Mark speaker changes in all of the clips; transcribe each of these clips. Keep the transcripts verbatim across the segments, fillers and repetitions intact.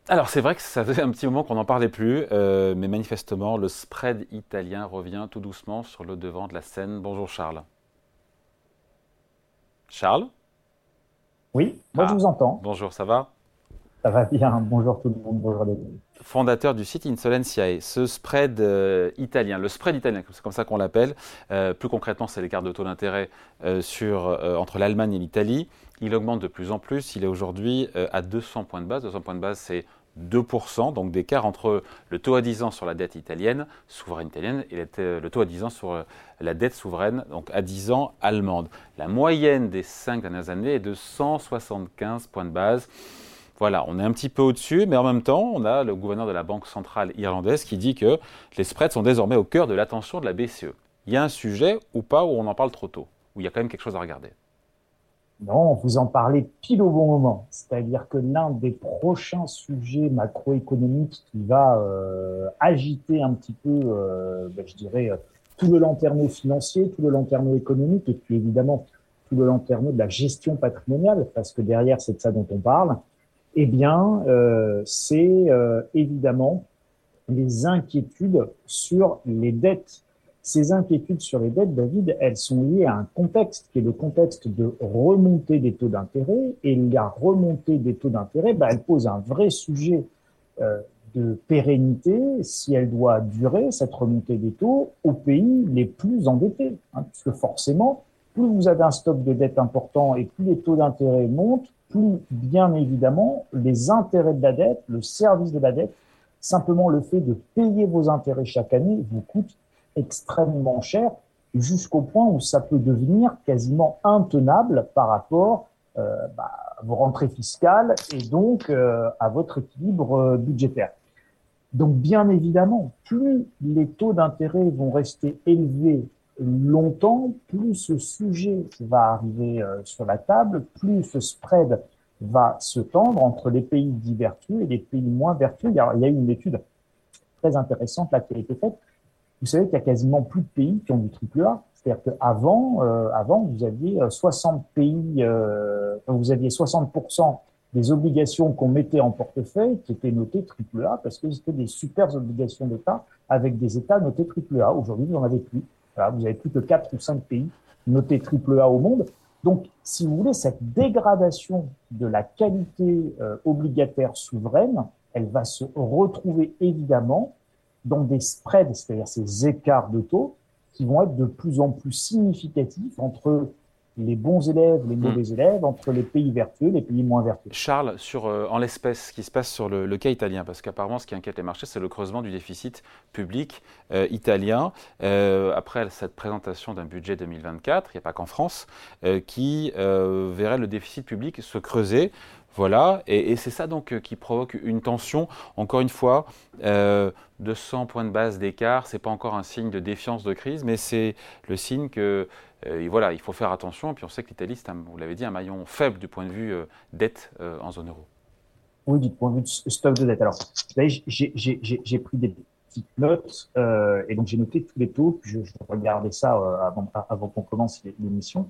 Speaker 1: Alors c'est vrai que ça faisait un petit moment qu'on n'en parlait plus, euh, mais manifestement le spread italien revient tout doucement sur le devant de la scène. Bonjour Charles. Charles?
Speaker 2: Oui, moi je
Speaker 1: Ah,
Speaker 2: vous entends.
Speaker 1: bonjour, ça va?
Speaker 2: Ça va bien. Bonjour tout le monde. Bonjour les amis.
Speaker 1: Fondateur du site Insolentiae. Ce spread euh, italien, le spread italien, c'est comme ça qu'on l'appelle, euh, plus concrètement c'est l'écart de taux d'intérêt euh, sur, euh, entre l'Allemagne et l'Italie. Il augmente de plus en plus, il est aujourd'hui euh, à deux cents points de base. deux cents points de base c'est deux pour cent, donc d'écart entre le taux à dix ans sur la dette italienne, souveraine italienne, et le taux à dix ans sur euh, la dette souveraine, donc à dix ans allemande. La moyenne des cinq dernières années est de cent soixante-quinze points de base. Voilà, on est un petit peu au-dessus, mais en même temps, on a le gouverneur de la Banque centrale irlandaise qui dit que les spreads sont désormais au cœur de l'attention de la B C E. Il y a un sujet ou pas où on en parle trop tôt, où il y a quand même quelque chose à regarder.
Speaker 2: Non, vous en parlez pile au bon moment. C'est-à-dire que l'un des prochains sujets macroéconomiques qui va euh, agiter un petit peu, euh, ben, je dirais, euh, tout le landerneau financier, tout le landerneau économique, et puis évidemment tout le landerneau de la gestion patrimoniale, parce que derrière c'est de ça dont on parle. Eh bien, euh, c'est euh, évidemment les inquiétudes sur les dettes. Ces inquiétudes sur les dettes, David, elles sont liées à un contexte qui est le contexte de remontée des taux d'intérêt. Et la remontée des taux d'intérêt, bah, elle pose un vrai sujet euh, de pérennité, si elle doit durer, cette remontée des taux, aux pays les plus endettés. Hein, puisque forcément, plus vous avez un stock de dette important et plus les taux d'intérêt montent, plus, bien évidemment, les intérêts de la dette, le service de la dette, simplement le fait de payer vos intérêts chaque année vous coûte extrêmement cher, jusqu'au point où ça peut devenir quasiment intenable par rapport euh, bah, à vos rentrées fiscales et donc euh, à votre équilibre euh, budgétaire. Donc, bien évidemment, plus les taux d'intérêt vont rester élevés longtemps, plus ce sujet va arriver euh, sur la table, plus ce spread va se tendre entre les pays dits vertueux et les pays moins vertueux. Il y a, il y a eu une étude très intéressante là qui a été faite. Vous savez qu'il y a quasiment plus de pays qui ont du triple A. C'est-à-dire qu'avant, euh, avant, vous aviez soixante pays, euh, vous aviez soixante pour cent des obligations qu'on mettait en portefeuille qui étaient notées triple A parce que c'était des super obligations d'État avec des États notés triple A. Aujourd'hui, vous n'en avez plus. Voilà, vous avez plus que quatre ou cinq pays notés triple A au monde. Donc, si vous voulez, cette dégradation de la qualité euh, obligataire souveraine, elle va se retrouver évidemment dans des spreads, c'est-à-dire ces écarts de taux, qui vont être de plus en plus significatifs entre les bons élèves, les
Speaker 1: Hmm.
Speaker 2: mauvais élèves, entre les pays vertueux, les pays moins vertueux.
Speaker 1: Charles, sur, euh, en l'espèce, ce qui se passe sur le, le cas italien, parce qu'apparemment, ce qui inquiète les marchés, c'est le creusement du déficit public euh, italien. Euh, après cette présentation d'un budget deux mille vingt-quatre, il n'y a pas qu'en France, euh, qui euh, verrait le déficit public se creuser. Voilà, et, et c'est ça donc euh, qui provoque une tension. Encore une fois, euh, deux cents points de base d'écart, c'est pas encore un signe de défiance de crise, mais c'est le signe que euh, voilà, il faut faire attention. Et puis on sait que l'Italie, c'est, un, vous l'avez dit, un maillon faible du point de vue euh, dette euh, en zone euro.
Speaker 2: Oui, du point de vue de stock de dette. Alors, j'ai pris des petites notes euh, et donc j'ai noté tous les taux. Puis je, je regardais ça euh, avant, avant qu'on commence l'émission.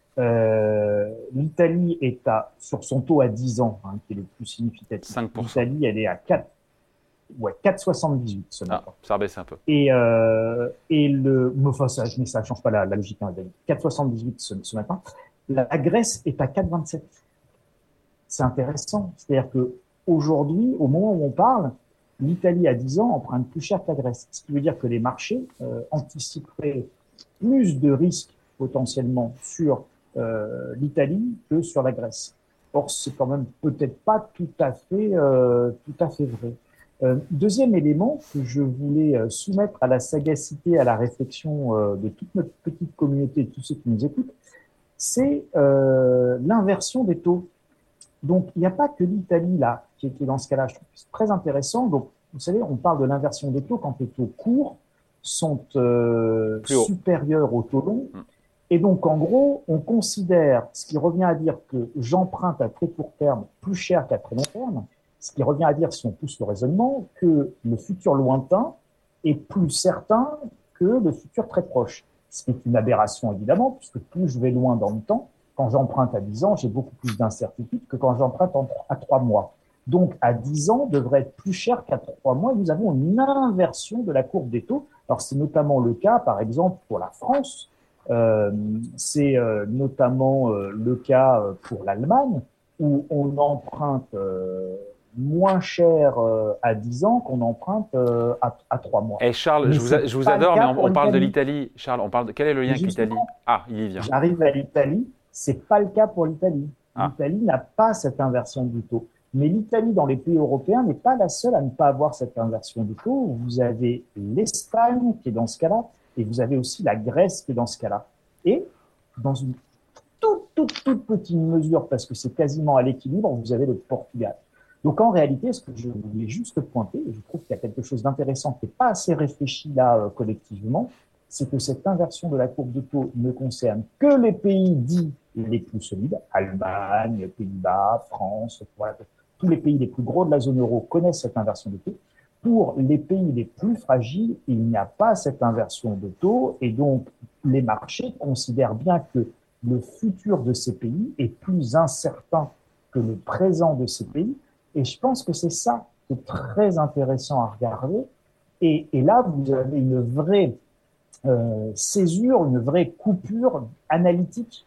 Speaker 2: Euh, L'Italie est à, sur son taux à dix ans, hein, qui est le plus significatif.
Speaker 1: cinq pour cent.
Speaker 2: L'Italie, elle est à quatre, ouais, quatre virgule soixante-dix-huit ce
Speaker 1: Ah,
Speaker 2: matin.
Speaker 1: ça a baissé un peu.
Speaker 2: Et, euh, et le, mais enfin, ça, mais ça change pas la, la logique, hein, quatre virgule soixante-dix-huit ce, ce matin. La, la Grèce est à quatre virgule vingt-sept. C'est intéressant. C'est-à-dire que aujourd'hui, au moment où on parle, l'Italie à dix ans emprunte plus cher que la Grèce. Ce qui veut dire que les marchés euh, anticiperaient plus de risques potentiellement sur euh, l'Italie que sur la Grèce. Or, c'est quand même peut-être pas tout à fait, euh, tout à fait vrai. Euh, deuxième élément que je voulais euh, soumettre à la sagacité, à la réflexion euh, de toute notre petite communauté, de tous ceux qui nous écoutent, c'est euh, l'inversion des taux. Donc, il n'y a pas que l'Italie là qui est, qui est dans ce cas-là. Je trouve que c'est très intéressant. Donc, vous savez, on parle de l'inversion des taux quand les taux courts sont euh,
Speaker 1: Plus haut.
Speaker 2: supérieurs aux taux longs.
Speaker 1: Hmm.
Speaker 2: Et donc, en gros, on considère, ce qui revient à dire que j'emprunte à très court terme plus cher qu'à très long terme, ce qui revient à dire, si on pousse le raisonnement, que le futur lointain est plus certain que le futur très proche. Ce qui est une aberration, évidemment, puisque plus je vais loin dans le temps, quand j'emprunte à dix ans, j'ai beaucoup plus d'incertitude que quand j'emprunte à trois mois. donc à dix ans devrait être plus cher qu'à trois mois. Nous avons une inversion de la courbe des taux. Alors c'est notamment le cas, par exemple, pour la France, euh, c'est euh, notamment euh, le cas euh, pour l'Allemagne, où on emprunte euh, moins cher euh, à dix ans qu'on emprunte euh, à, à trois mois.
Speaker 1: Et Charles,
Speaker 2: Mais
Speaker 1: je vous, a-
Speaker 2: c'est
Speaker 1: je vous
Speaker 2: pas le
Speaker 1: adore, mais
Speaker 2: cas
Speaker 1: on,
Speaker 2: pour
Speaker 1: on parle de
Speaker 2: l'Italie.
Speaker 1: l'Italie. Charles, on parle de, quel est le lien
Speaker 2: Mais
Speaker 1: avec l'Italie?
Speaker 2: justement,
Speaker 1: Ah, il y vient.
Speaker 2: j'arrive à l'Italie, c'est pas le cas pour l'Italie.
Speaker 1: Ah,
Speaker 2: L'Italie n'a pas cette inversion du taux. Mais l'Italie, dans les pays européens, n'est pas la seule à ne pas avoir cette inversion du taux. Vous avez l'Espagne qui est dans ce cas-là, et vous avez aussi la Grèce qui est dans ce cas-là. Et dans une toute, toute, toute petite mesure, parce que c'est quasiment à l'équilibre, vous avez le Portugal. Donc en réalité, ce que je voulais juste pointer, et je trouve qu'il y a quelque chose d'intéressant qui n'est pas assez réfléchi là euh, collectivement, c'est que cette inversion de la courbe de taux ne concerne que les pays dits les plus solides, Allemagne, Pays-Bas, France, voilà, tous les pays les plus gros de la zone euro connaissent cette inversion de taux. Pour les pays les plus fragiles, il n'y a pas cette inversion de taux et donc les marchés considèrent bien que le futur de ces pays est plus incertain que le présent de ces pays. Et je pense que c'est ça qui est très intéressant à regarder. Et, et là, vous avez une vraie euh, césure, une vraie coupure analytique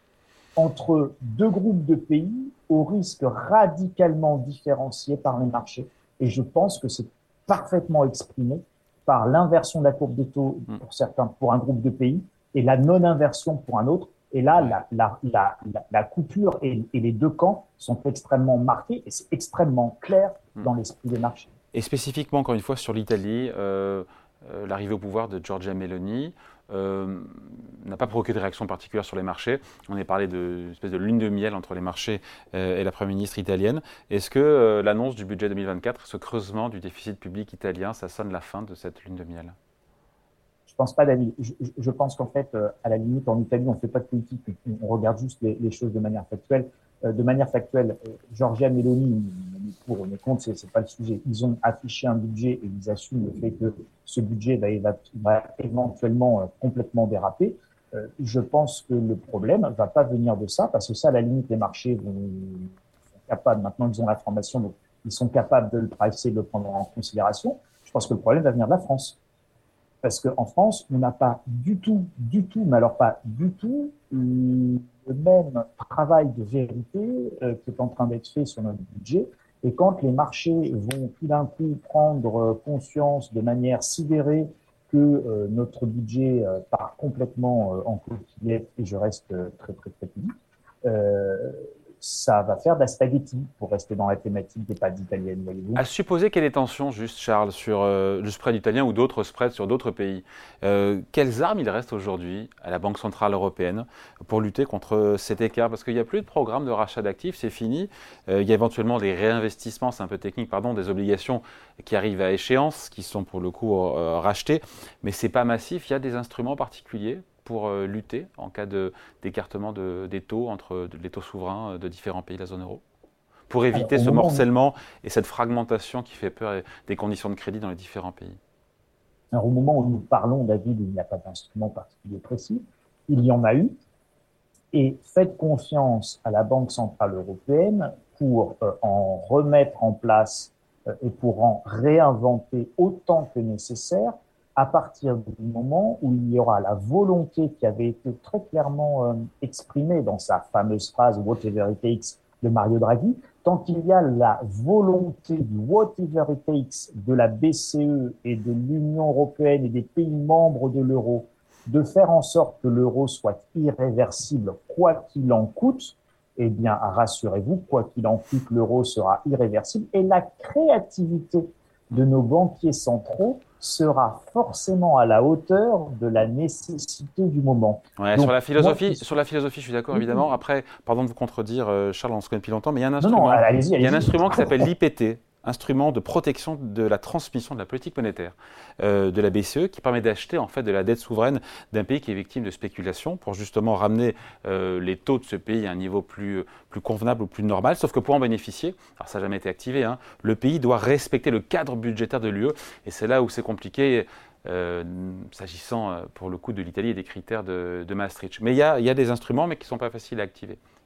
Speaker 2: entre deux groupes de pays au risque radicalement différenciés par les marchés. Et je pense que c'est parfaitement exprimé par l'inversion de la courbe des taux pour certains, pour un groupe de pays, et la non-inversion pour un autre. Et là, la, la, la, la, la coupure et, et les deux camps sont extrêmement marqués et c'est extrêmement clair dans l'esprit des marchés.
Speaker 1: Et spécifiquement, encore une fois, sur l'Italie, euh, euh, l'arrivée au pouvoir de Giorgia Meloni euh, n'a pas provoqué de réaction particulière sur les marchés. On a parlé d'une espèce de lune de miel entre les marchés euh, et la Première ministre italienne. Est-ce que euh, l'annonce du budget deux mille vingt-quatre, ce creusement du déficit public italien, ça sonne la fin de cette lune de miel?
Speaker 2: Je pense pas, David. Je, je pense qu'en fait, euh, à la limite, en Italie, on fait pas de politique, on regarde juste les, les choses de manière factuelle. Euh, de manière factuelle, euh, Giorgia Meloni, on est pour, on est contre, c'est, c'est pas le sujet. Ils ont affiché un budget et ils assument le fait que ce budget va, va, va éventuellement euh, complètement déraper. Euh, je pense que le problème va pas venir de ça, parce que ça, à la limite, les marchés vont, sont capables, maintenant ils ont l'information, donc ils sont capables de le pricer, de le prendre en considération. Je pense que le problème va venir de la France. Parce qu'en France, on n'a pas du tout, du tout, mais alors pas du tout, le même travail de vérité euh, qui est en train d'être fait sur notre budget. Et quand les marchés vont tout d'un coup prendre conscience de manière sidérée que euh, notre budget euh, part complètement euh, en coquillette, et je reste euh, très, très, très pudique, euh, ça va faire de la spaghetti, pour rester dans la thématique des pâtes italiennes, voyez-vous.
Speaker 1: À supposer qu'il y ait des tensions, juste Charles, sur euh, le spread italien ou d'autres spreads sur d'autres pays, euh, quelles armes il reste aujourd'hui à la Banque Centrale Européenne pour lutter contre cet écart? Parce qu'il n'y a plus de programme de rachat d'actifs, c'est fini. Euh, il y a éventuellement des réinvestissements, c'est un peu technique, pardon, des obligations qui arrivent à échéance, qui sont pour le coup euh, rachetées, mais ce n'est pas massif. Il y a des instruments particuliers pour euh, lutter en cas de, d'écartement de, des taux entre de, les taux souverains de différents pays de la zone euro, pour éviter
Speaker 2: Alors,
Speaker 1: ce
Speaker 2: moment
Speaker 1: morcellement et cette fragmentation qui fait peur des conditions de crédit dans les différents pays?
Speaker 2: où, alors, au moment où nous parlons, David, il n'y a pas d'instrument particulier précis. Il y en a eu. Et faites confiance à la Banque Centrale Européenne pour euh, en remettre en place euh, et pour en réinventer autant que nécessaire à partir du moment où il y aura la volonté qui avait été très clairement euh, exprimée dans sa fameuse phrase « whatever it takes » de Mario Draghi, tant qu'il y a la volonté du « whatever it takes » de la B C E et de l'Union européenne et des pays membres de l'euro de faire en sorte que l'euro soit irréversible, quoi qu'il en coûte, eh bien, rassurez-vous, quoi qu'il en coûte, l'euro sera irréversible et la créativité de nos banquiers centraux sera forcément à la hauteur de la nécessité du moment.
Speaker 1: Ouais,
Speaker 2: Donc,
Speaker 1: sur la philosophie,
Speaker 2: moi,
Speaker 1: sur la philosophie, je suis d'accord
Speaker 2: oui,
Speaker 1: évidemment. Après, pardon de vous contredire, euh, Charles, on se connaît depuis longtemps, mais il y a un
Speaker 2: non,
Speaker 1: instrument,
Speaker 2: non, allez-y,
Speaker 1: il y a un
Speaker 2: allez-y.
Speaker 1: instrument qui s'appelle l'I P T, instrument de protection de la transmission de la politique monétaire euh, de la B C E, qui permet d'acheter en fait de la dette souveraine d'un pays qui est victime de spéculation pour justement ramener euh, les taux de ce pays à un niveau plus, plus convenable ou plus normal. Sauf que pour en bénéficier, alors ça n'a jamais été activé, hein, le pays doit respecter le cadre budgétaire de l'U E et c'est là où c'est compliqué. Euh, s'agissant pour le coup de l'Italie et des critères de, de Maastricht. Mais il y a, il y a des instruments mais qui ne sont pas faciles à activer.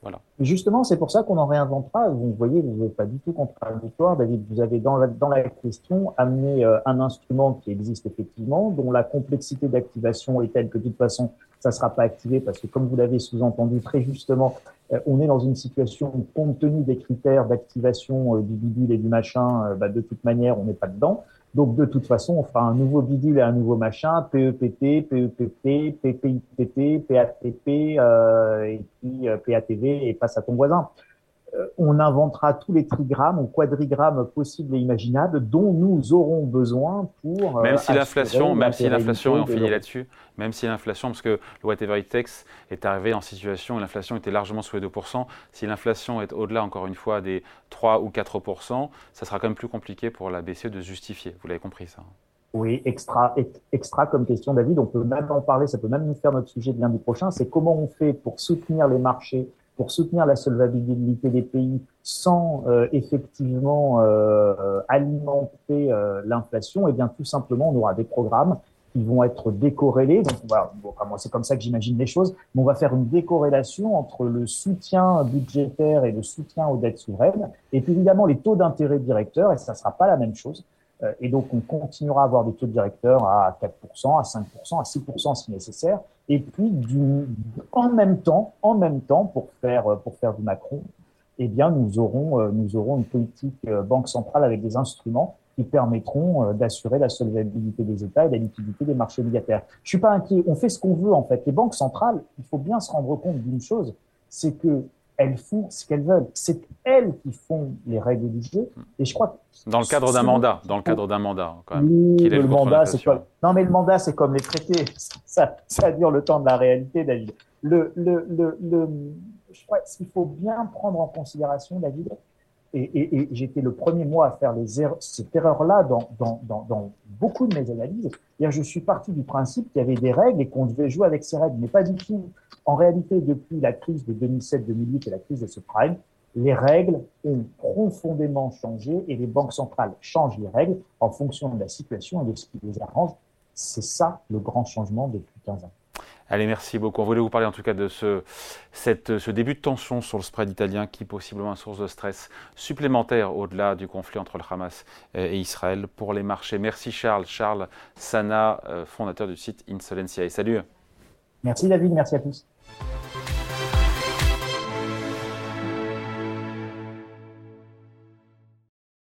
Speaker 1: Voilà.
Speaker 2: Justement, c'est pour ça qu'on en réinventera. Vous voyez, vous n'êtes pas du tout contradictoire, David. Vous avez dans la, dans la question amené euh, un instrument qui existe effectivement, dont la complexité d'activation est telle que de toute façon, ça ne sera pas activé parce que, comme vous l'avez sous-entendu très justement, euh, on est dans une situation où, compte tenu des critères d'activation euh, du bidule et du machin, euh, bah, de toute manière, on n'est pas dedans. Donc, de toute façon, on fera un nouveau bidule et un nouveau machin, P E P T, P E P P, P P I P P, P A T P, euh, et puis euh, P A T V, et passe à ton voisin. Euh, on inventera tous les trigrammes ou quadrigrammes possibles et imaginables dont nous aurons besoin pour
Speaker 1: Même
Speaker 2: euh,
Speaker 1: si
Speaker 2: assurer
Speaker 1: l'inflation,
Speaker 2: la
Speaker 1: même si l'inflation, et on
Speaker 2: pérennité de
Speaker 1: finit
Speaker 2: l'euro.
Speaker 1: là-dessus, même si l'inflation, parce que le whatever it takes est arrivé en situation où l'inflation était largement sous les deux pour cent, si l'inflation est au-delà, encore une fois, des trois ou quatre pour cent, ça sera quand même plus compliqué pour la B C E de se justifier. Vous l'avez compris, ça.
Speaker 2: Oui, extra, ex- extra comme question, David. On peut même en parler, ça peut même nous faire notre sujet de lundi prochain. C'est comment on fait pour soutenir les marchés, pour soutenir la solvabilité des pays sans euh, effectivement euh, alimenter euh, l'inflation. Eh bien, tout simplement, on aura des programmes qui vont être décorrélés. Donc, voilà, bon, enfin, moi, c'est comme ça que j'imagine les choses. Mais on va faire une décorrélation entre le soutien budgétaire et le soutien aux dettes souveraines. Et puis, évidemment, les taux d'intérêt directeurs, et ça ne sera pas la même chose. Euh, Et donc, on continuera à avoir des taux directeurs à quatre pour cent, à cinq pour cent, à six pour cent si nécessaire. Et puis, du, en même temps, en même temps, pour faire, pour faire du Macron, eh bien, nous aurons, euh, nous aurons une politique euh, banque centrale avec des instruments qui permettront euh, d'assurer la solvabilité des États et la liquidité des marchés obligataires. Je suis pas inquiet. On fait ce qu'on veut, en fait. Les banques centrales, il faut bien se rendre compte d'une chose, c'est que elles font ce qu'elles veulent. C'est elles qui font les règles du jeu. Et je crois que
Speaker 1: Dans le cadre d'un
Speaker 2: souvent,
Speaker 1: mandat, dans le cadre d'un mandat, quand même,
Speaker 2: oui,
Speaker 1: qui
Speaker 2: mais
Speaker 1: lève
Speaker 2: le
Speaker 1: contre
Speaker 2: mandat, c'est
Speaker 1: l'inflation.
Speaker 2: comme. Non, mais le mandat, c'est comme les traités. Ça, ça dure le temps de la réalité, David. Le, le, le, le, je crois qu'il faut bien prendre en considération, David, et, et, et j'étais le premier mois à faire les erreurs, cette erreur-là dans, dans, dans, dans beaucoup de mes analyses. C'est-à-dire, je suis parti du principe qu'il y avait des règles et qu'on devait jouer avec ces règles, mais pas du tout. En réalité, depuis la crise de deux mille sept deux mille huit et la crise de subprime, les règles ont profondément changé et les banques centrales changent les règles en fonction de la situation et de ce qui les arrange. C'est ça le grand changement depuis quinze ans.
Speaker 1: Allez, merci beaucoup. On voulait vous parler en tout cas de ce, cette, ce début de tension sur le spread italien qui est possiblement une source de stress supplémentaire au-delà du conflit entre le Hamas et Israël pour les marchés. Merci Charles. Charles Sana, fondateur du site Insolentiae. Salut.
Speaker 2: Merci David, merci à tous.